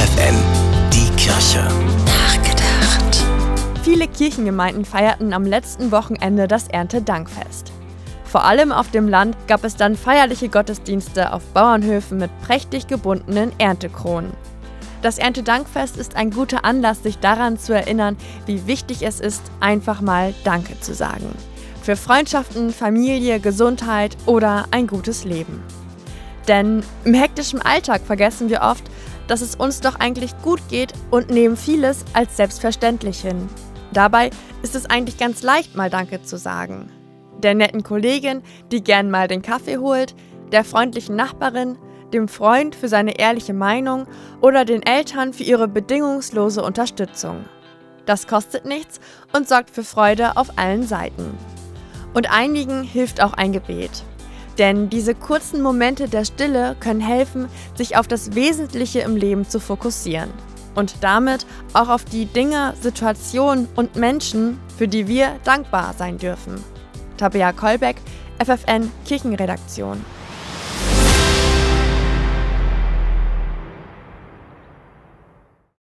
FFN, die Kirche. Nachgedacht. Viele Kirchengemeinden feierten am letzten Wochenende das Erntedankfest. Vor allem auf dem Land gab es dann feierliche Gottesdienste auf Bauernhöfen mit prächtig gebundenen Erntekronen. Das Erntedankfest ist ein guter Anlass, sich daran zu erinnern, wie wichtig es ist, einfach mal Danke zu sagen. Für Freundschaften, Familie, Gesundheit oder ein gutes Leben. Denn im hektischen Alltag vergessen wir oft, dass es uns doch eigentlich gut geht und nehmen vieles als selbstverständlich hin. Dabei ist es eigentlich ganz leicht, mal Danke zu sagen. Der netten Kollegin, die gern mal den Kaffee holt, der freundlichen Nachbarin, dem Freund für seine ehrliche Meinung oder den Eltern für ihre bedingungslose Unterstützung. Das kostet nichts und sorgt für Freude auf allen Seiten. Und einigen hilft auch ein Gebet. Denn diese kurzen Momente der Stille können helfen, sich auf das Wesentliche im Leben zu fokussieren. Und damit auch auf die Dinge, Situationen und Menschen, für die wir dankbar sein dürfen. Tabea Kolbeck, FFN Kirchenredaktion.